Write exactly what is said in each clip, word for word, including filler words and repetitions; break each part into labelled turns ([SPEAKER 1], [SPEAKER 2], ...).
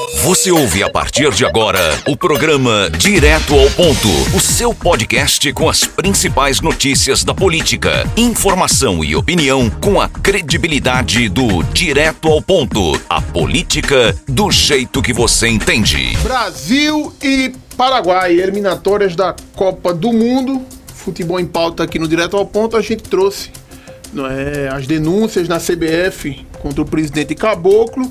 [SPEAKER 1] Você ouve a partir de agora o programa Direto ao Ponto, o seu podcast com as principais notícias da política, informação e opinião com a credibilidade do Direto ao Ponto, a política do jeito que você entende.
[SPEAKER 2] Brasil e Paraguai, eliminatórias da Copa do Mundo, futebol em pauta aqui no Direto ao Ponto. A gente trouxe não é, as denúncias na C B F contra o presidente Caboclo.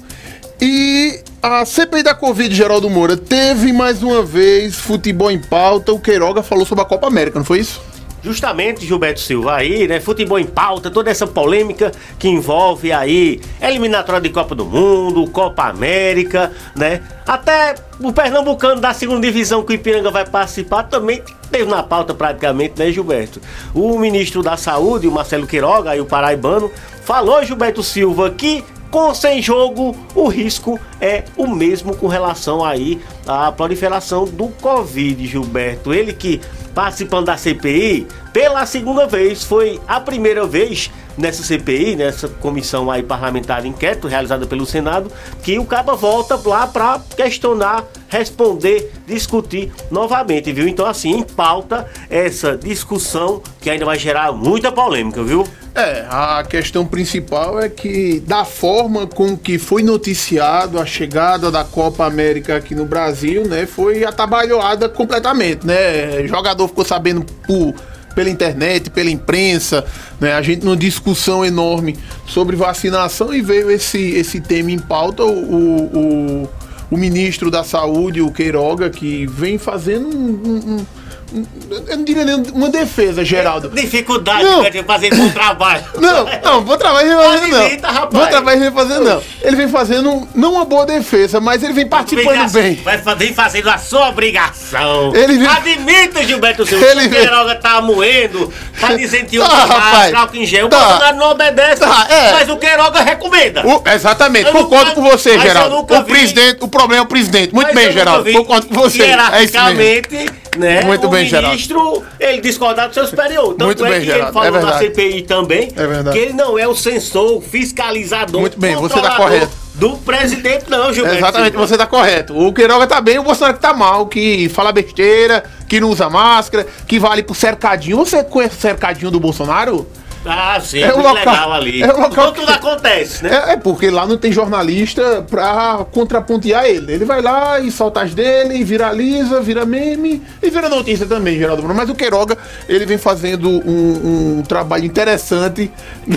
[SPEAKER 2] E a C P I da Covid, Geraldo Moura, teve mais uma vez futebol em pauta. O Queiroga falou sobre a Copa América, não foi isso?
[SPEAKER 3] Justamente, Gilberto Silva, aí, né, futebol em pauta, toda essa polêmica que envolve aí eliminatória de Copa do Mundo, Copa América, né, até o pernambucano da segunda divisão que o Ipiranga vai participar também teve na pauta praticamente, né, Gilberto? O ministro da Saúde, o Marcelo Queiroga, aí o paraibano, falou, Gilberto Silva, que com sem jogo, o risco é o mesmo com relação aí à proliferação do Covid, Gilberto. Ele que, participando da C P I, pela segunda vez, foi a primeira vez nessa C P I, nessa comissão aí parlamentar de inquérito realizada pelo Senado, que o caba volta lá para questionar, responder, discutir novamente, viu? Então, assim, em pauta essa discussão que ainda vai gerar muita polêmica, viu?
[SPEAKER 2] É, a questão principal é que da forma com que foi noticiado a chegada da Copa América aqui no Brasil, né, foi atabalhoada completamente, né? O jogador ficou sabendo por, pela internet, pela imprensa, né? A gente numa discussão enorme sobre vacinação e veio esse, esse tema em pauta. O, o, o ministro da Saúde, o Queiroga, que vem fazendo um... um, um eu não diria nem uma defesa, Geraldo.
[SPEAKER 3] Dificuldade de fazer bom trabalho.
[SPEAKER 2] Não, não, bom trabalho ele vem fazendo não. Bom trabalho ele vem fazendo não. Ele vem fazendo não uma boa defesa, mas ele vem participando bem.
[SPEAKER 3] Vai vem fazendo a sua obrigação.
[SPEAKER 2] Ele vem...
[SPEAKER 3] Admita, Gilberto Silva,
[SPEAKER 2] ele
[SPEAKER 3] que o Queiroga tá moendo, tá dizendo que o
[SPEAKER 2] tá, rapaz,
[SPEAKER 3] álcool em gel, o
[SPEAKER 2] tá.
[SPEAKER 3] Bolsonaro não obedece,
[SPEAKER 2] tá, é.
[SPEAKER 3] mas o Queiroga recomenda.
[SPEAKER 2] O, exatamente,
[SPEAKER 3] eu
[SPEAKER 2] concordo
[SPEAKER 3] nunca,
[SPEAKER 2] com você, Geraldo. O
[SPEAKER 3] vi.
[SPEAKER 2] presidente, o problema é o presidente. Muito
[SPEAKER 3] mas
[SPEAKER 2] bem, Geraldo. Concordo com você.
[SPEAKER 3] É isso mesmo. Né?
[SPEAKER 2] Muito
[SPEAKER 3] o
[SPEAKER 2] bem,
[SPEAKER 3] ministro,
[SPEAKER 2] Geraldo.
[SPEAKER 3] ele discordar do seu superior. Tanto
[SPEAKER 2] Muito
[SPEAKER 3] é
[SPEAKER 2] bem,
[SPEAKER 3] que
[SPEAKER 2] Geraldo.
[SPEAKER 3] ele falou
[SPEAKER 2] é
[SPEAKER 3] na C P I também
[SPEAKER 2] é
[SPEAKER 3] que ele não é o censor, o fiscalizador,
[SPEAKER 2] muito bem, você tá correto.
[SPEAKER 3] Do presidente, não, Gilberto.
[SPEAKER 2] Exatamente, você tá correto. O Queiroga tá bem, o Bolsonaro que tá mal, que fala besteira, que não usa máscara, que vai ali pro cercadinho. Você conhece o cercadinho do Bolsonaro?
[SPEAKER 3] Ah, sim,
[SPEAKER 2] é
[SPEAKER 3] muito
[SPEAKER 2] local,
[SPEAKER 3] legal ali.
[SPEAKER 2] É o local
[SPEAKER 3] tudo que... acontece, né?
[SPEAKER 2] É, é porque lá não tem jornalista pra contrapontear ele. Ele vai lá e solta as dele, viraliza, vira meme e vira notícia também, Geraldo Bruno. Mas o Queiroga, ele vem fazendo um, um trabalho interessante.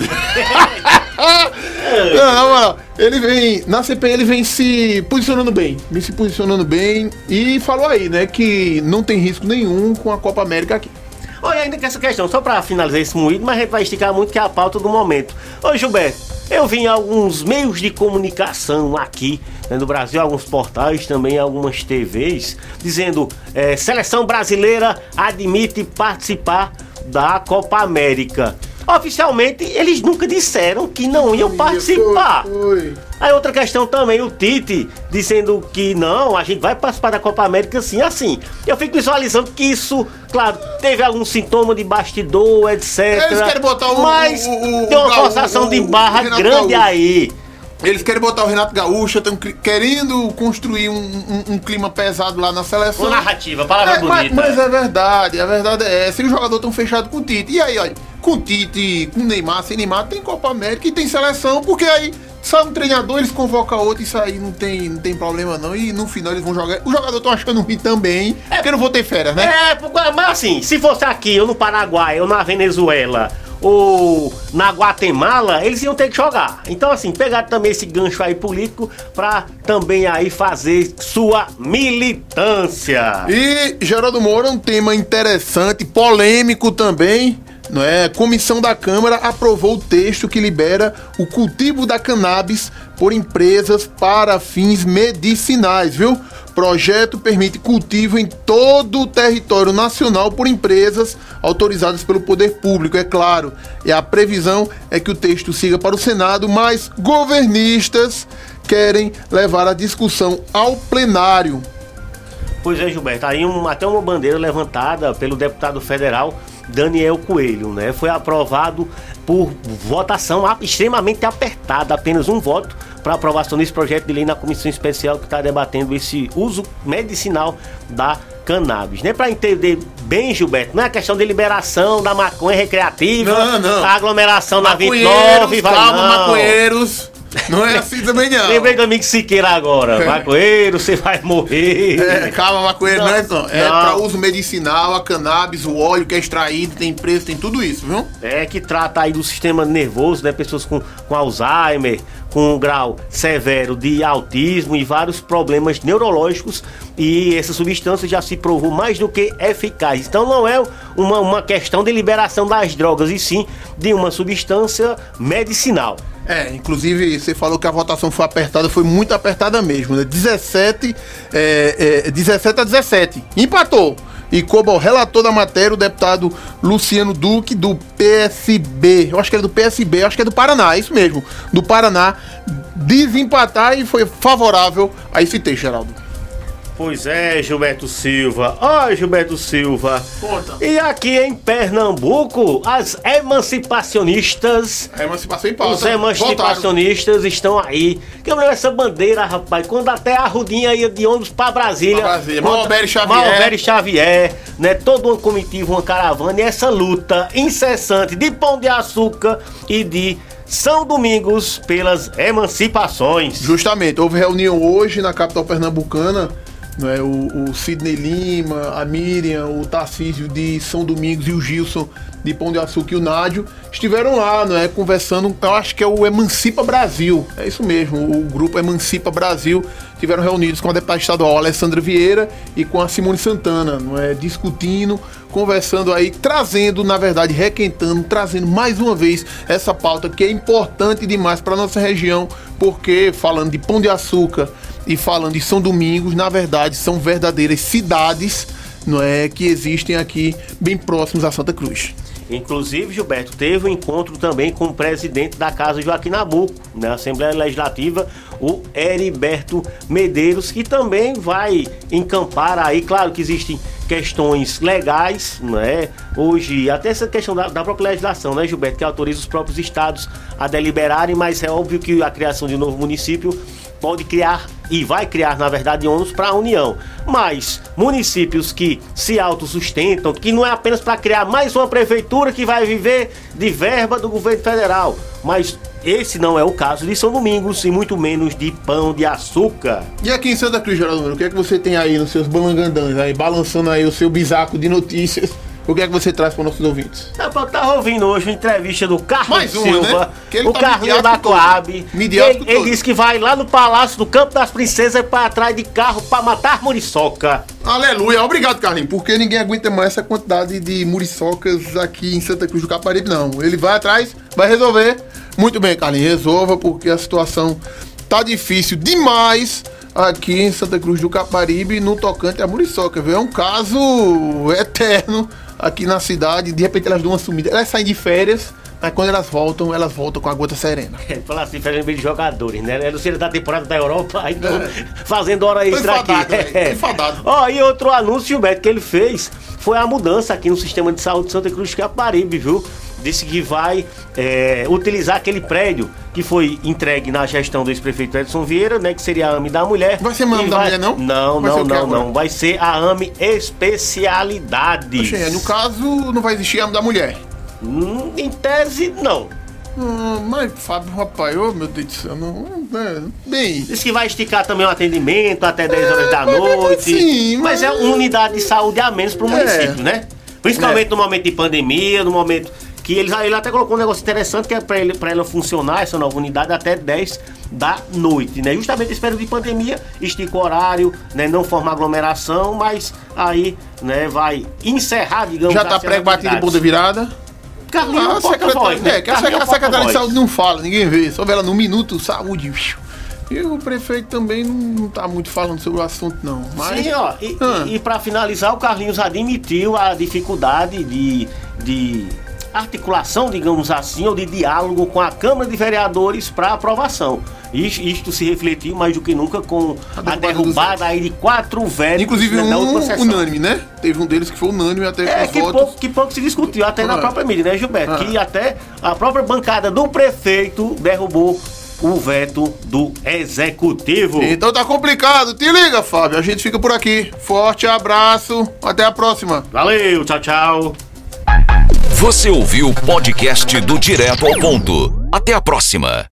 [SPEAKER 2] Não, não, não. Ele vem, na C P I ele vem se posicionando bem, vem se posicionando bem e falou aí, né, que não tem risco nenhum com a Copa América aqui.
[SPEAKER 3] Olha, ainda que essa questão, só para finalizar esse moído, mas a gente vai esticar muito, que é a pauta do momento. Ô Gilberto, eu vi em alguns meios de comunicação aqui, né, no Brasil, alguns portais, também algumas T Vs, dizendo é, seleção brasileira admite participar da Copa América. Oficialmente, eles nunca disseram que não iam participar. Foi, foi. Aí outra questão também, o Tite dizendo que não, a gente vai participar da Copa América assim, assim. Eu fico visualizando que isso, claro, teve algum sintoma de bastidor, etcétera.
[SPEAKER 2] Eles querem botar o...
[SPEAKER 3] Mas
[SPEAKER 2] o, o,
[SPEAKER 3] tem uma
[SPEAKER 2] o,
[SPEAKER 3] forçação
[SPEAKER 2] o,
[SPEAKER 3] de barra
[SPEAKER 2] o
[SPEAKER 3] grande
[SPEAKER 2] Gaúcho.
[SPEAKER 3] aí.
[SPEAKER 2] Eles querem botar o Renato Gaúcho, estão querendo construir um, um, um clima pesado lá na seleção.
[SPEAKER 3] Uma narrativa, palavra
[SPEAKER 2] é,
[SPEAKER 3] bonita.
[SPEAKER 2] Mas, mas é verdade, a verdade é essa. E os jogadores estão fechados com o Tite. E aí, olha, com o Tite, com o Neymar, sem Neymar, tem Copa América e tem seleção, porque aí sai um treinador, eles convocam outro, isso aí não tem, não tem problema não. E no final eles vão jogar. Os jogadores estão achando ruim também, é, porque não vou ter férias, né?
[SPEAKER 3] É, mas assim, se fosse aqui, ou no Paraguai, ou na Venezuela, ou na Guatemala, eles iam ter que jogar. Então assim, pegar também esse gancho aí político pra também aí fazer sua militância.
[SPEAKER 2] E Geraldo Moura, um tema interessante, polêmico também, não é? Comissão da Câmara aprovou o texto que libera o cultivo da cannabis por empresas para fins medicinais, viu? Projeto permite cultivo em todo o território nacional por empresas autorizadas pelo poder público, é claro. E a previsão é que o texto siga para o Senado, mas governistas querem levar a discussão ao plenário.
[SPEAKER 3] Pois é, Gilberto, aí um, até uma bandeira levantada pelo deputado federal Daniel Coelho, né? Foi aprovado por votação extremamente apertada, apenas um voto para aprovação desse projeto de lei na comissão especial que está debatendo esse uso medicinal da cannabis, né? Para entender bem, Gilberto, não é questão de liberação da maconha recreativa,
[SPEAKER 2] não, não.
[SPEAKER 3] a aglomeração na vinte e
[SPEAKER 2] Maconheiros,
[SPEAKER 3] nove, vai
[SPEAKER 2] calma,
[SPEAKER 3] não.
[SPEAKER 2] maconheiros. Não é assim também, não.
[SPEAKER 3] Lembrei do amigo Siqueira agora. Maconheiro, você vai morrer.
[SPEAKER 2] É, calma, maconheiro, não, não é não. É
[SPEAKER 3] não.
[SPEAKER 2] para uso medicinal, a cannabis, o óleo que é extraído, tem preço, tem tudo isso, viu?
[SPEAKER 3] É que trata aí do sistema nervoso, né? Pessoas com, com Alzheimer, com um grau severo de autismo e vários problemas neurológicos. E essa substância já se provou mais do que eficaz. Então não é uma, uma questão de liberação das drogas, e sim de uma substância medicinal.
[SPEAKER 2] É, inclusive você falou que a votação foi apertada, foi muito apertada mesmo, né? dezessete, é, é, dezessete a dezessete. Empatou. E como relator da matéria, o deputado Luciano Duque, do P S B. Eu acho que é do P S B, eu acho que é do Paraná, é isso mesmo. Do Paraná, desempatar e foi favorável a esse texto, Geraldo.
[SPEAKER 3] Pois é, Gilberto Silva. Ó, Gilberto Silva.
[SPEAKER 2] Conta.
[SPEAKER 3] E aqui em Pernambuco, as emancipacionistas.
[SPEAKER 2] A emancipação em pauta.
[SPEAKER 3] Os emancipacionistas voltaram. Estão aí. Quebrou essa bandeira, rapaz. Quando até a Rudinha ia de ônibus pra Brasília.
[SPEAKER 2] Pra Brasília. Malberi Xavier.
[SPEAKER 3] Malberi Xavier, né? Toda uma comitiva, uma caravana. E essa luta incessante de Pão de Açúcar e de São Domingos pelas emancipações.
[SPEAKER 2] Justamente. Houve reunião hoje na capital pernambucana. Não é, o, o Sidney Lima, a Miriam, o Tarcísio de São Domingos e o Gilson de Pão de Açúcar e o Nádio estiveram lá, não é, conversando. Eu acho que é o Emancipa Brasil, é isso mesmo, o grupo Emancipa Brasil. Estiveram reunidos com a deputada estadual Alessandra Vieira e com a Simone Santana, não é, discutindo, conversando aí, trazendo, na verdade, requentando, trazendo mais uma vez essa pauta que é importante demais para nossa região, porque falando de Pão de Açúcar e falando de São Domingos, na verdade, são verdadeiras cidades, não é, que existem aqui bem próximos a Santa Cruz.
[SPEAKER 3] Inclusive, Gilberto, teve um encontro também com o presidente da Casa Joaquim Nabuco, na Assembleia Legislativa, o Heriberto Medeiros, que também vai encampar aí, claro que existem questões legais, né? Hoje, até essa questão da, da própria legislação, né, Gilberto, que autoriza os próprios estados a deliberarem, mas é óbvio que a criação de um novo município pode criar e vai criar, na verdade, ônus para a União. Mas municípios que se autossustentam, que não é apenas para criar mais uma prefeitura que vai viver de verba do governo federal, mas esse não é o caso de São Domingos e muito menos de Pão de Açúcar.
[SPEAKER 2] E aqui em Santa Cruz, Geraldo, o que é que você tem aí nos seus balangandãs, aí, balançando aí o seu bisaco de notícias? O que é que você traz para os nossos ouvintes?
[SPEAKER 3] Eu tava ouvindo hoje uma entrevista do Carlos
[SPEAKER 2] Mais uma,
[SPEAKER 3] Silva,
[SPEAKER 2] né? Que ele
[SPEAKER 3] o
[SPEAKER 2] tá
[SPEAKER 3] Carlinho da Coab.
[SPEAKER 2] Midiático
[SPEAKER 3] Ele, ele
[SPEAKER 2] todo.
[SPEAKER 3] disse que vai lá no Palácio do Campo das Princesas para atrás de carro para matar muriçoca.
[SPEAKER 2] Aleluia, obrigado, Carlinhos, porque ninguém aguenta mais essa quantidade de muriçocas aqui em Santa Cruz do Caparibe, não. Ele vai atrás, vai resolver. Muito bem, Carlinhos, resolva, porque a situação tá difícil demais aqui em Santa Cruz do Caparibe no tocante à muriçoca, viu? É um caso eterno aqui na cidade. De repente elas dão uma sumida, elas saem de férias, mas quando elas voltam, elas voltam com a gota serena.
[SPEAKER 3] Falar assim, fazendo bem de jogadores, né? É no centro da temporada da Europa, aí tô fazendo hora extra
[SPEAKER 2] Tô enfadado,
[SPEAKER 3] aqui.
[SPEAKER 2] velho, tô enfadado.
[SPEAKER 3] Ó, e outro anúncio, Gilberto, que ele fez foi a mudança aqui no sistema de saúde de Santa Cruz do Caparibe, viu? Disse que vai é, utilizar aquele prédio que foi entregue na gestão do ex-prefeito Edson Vieira, né? Que seria a AME da Mulher.
[SPEAKER 2] Vai ser a AME da Mulher, não?
[SPEAKER 3] Não,
[SPEAKER 2] Vai ser
[SPEAKER 3] não,
[SPEAKER 2] o quê
[SPEAKER 3] não,
[SPEAKER 2] agora?
[SPEAKER 3] não. Vai ser a AME Especialidades.
[SPEAKER 2] Poxa, no caso, não vai existir a AME da Mulher.
[SPEAKER 3] Hum, em tese, não.
[SPEAKER 2] Hum, mas, Fábio, rapaz, ô meu Deus do céu, não, é, bem...
[SPEAKER 3] Diz que vai esticar também o atendimento até dez horas da
[SPEAKER 2] mas- mas
[SPEAKER 3] noite.
[SPEAKER 2] assim,
[SPEAKER 3] mas...
[SPEAKER 2] mas-
[SPEAKER 3] é uma unidade de saúde a menos para o
[SPEAKER 2] É.
[SPEAKER 3] município, né? Principalmente
[SPEAKER 2] É.
[SPEAKER 3] no momento de pandemia, no momento que ele, ele até colocou um negócio interessante que é para ele, pra ela funcionar, essa nova unidade, até dez da noite, né? Justamente esse período de pandemia, estica o horário, né? Não forma aglomeração, mas aí, né, vai encerrar, digamos
[SPEAKER 2] Já tá
[SPEAKER 3] assim, as
[SPEAKER 2] pré-batido
[SPEAKER 3] atividades.
[SPEAKER 2] ponta virada.
[SPEAKER 3] Carlinhos
[SPEAKER 2] Ah,
[SPEAKER 3] é o porta-voz, né?
[SPEAKER 2] é, que a
[SPEAKER 3] Carlinhos é o
[SPEAKER 2] secretária de
[SPEAKER 3] porta-voz.
[SPEAKER 2] saúde não fala, ninguém vê. Só vê ela no Minuto Saúde. E o prefeito também não tá muito falando sobre o assunto, não. Mas,
[SPEAKER 3] Sim, ó, e,
[SPEAKER 2] Ah.
[SPEAKER 3] e, e para finalizar, o Carlinhos admitiu a dificuldade de, de articulação, digamos assim, ou de diálogo com a Câmara de Vereadores para aprovação. Isto, isto se refletiu mais do que nunca com
[SPEAKER 2] A
[SPEAKER 3] a
[SPEAKER 2] derrubada
[SPEAKER 3] derrubada aí de quatro vetos.
[SPEAKER 2] inclusive
[SPEAKER 3] né, na última
[SPEAKER 2] um
[SPEAKER 3] sessão.
[SPEAKER 2] unânime, né? Teve um deles que foi unânime até com
[SPEAKER 3] É,
[SPEAKER 2] os
[SPEAKER 3] que
[SPEAKER 2] votos.
[SPEAKER 3] pouco, que pouco se discutiu, até na
[SPEAKER 2] Ah.
[SPEAKER 3] própria mídia, né, Gilberto?
[SPEAKER 2] Ah.
[SPEAKER 3] Que até a própria bancada do prefeito derrubou o veto do Executivo.
[SPEAKER 2] Então tá complicado. Te liga, Fábio. A gente fica por aqui. Forte abraço. Até a próxima.
[SPEAKER 3] Valeu, tchau, tchau.
[SPEAKER 1] Você ouviu o podcast do Direto ao Ponto. Até a próxima.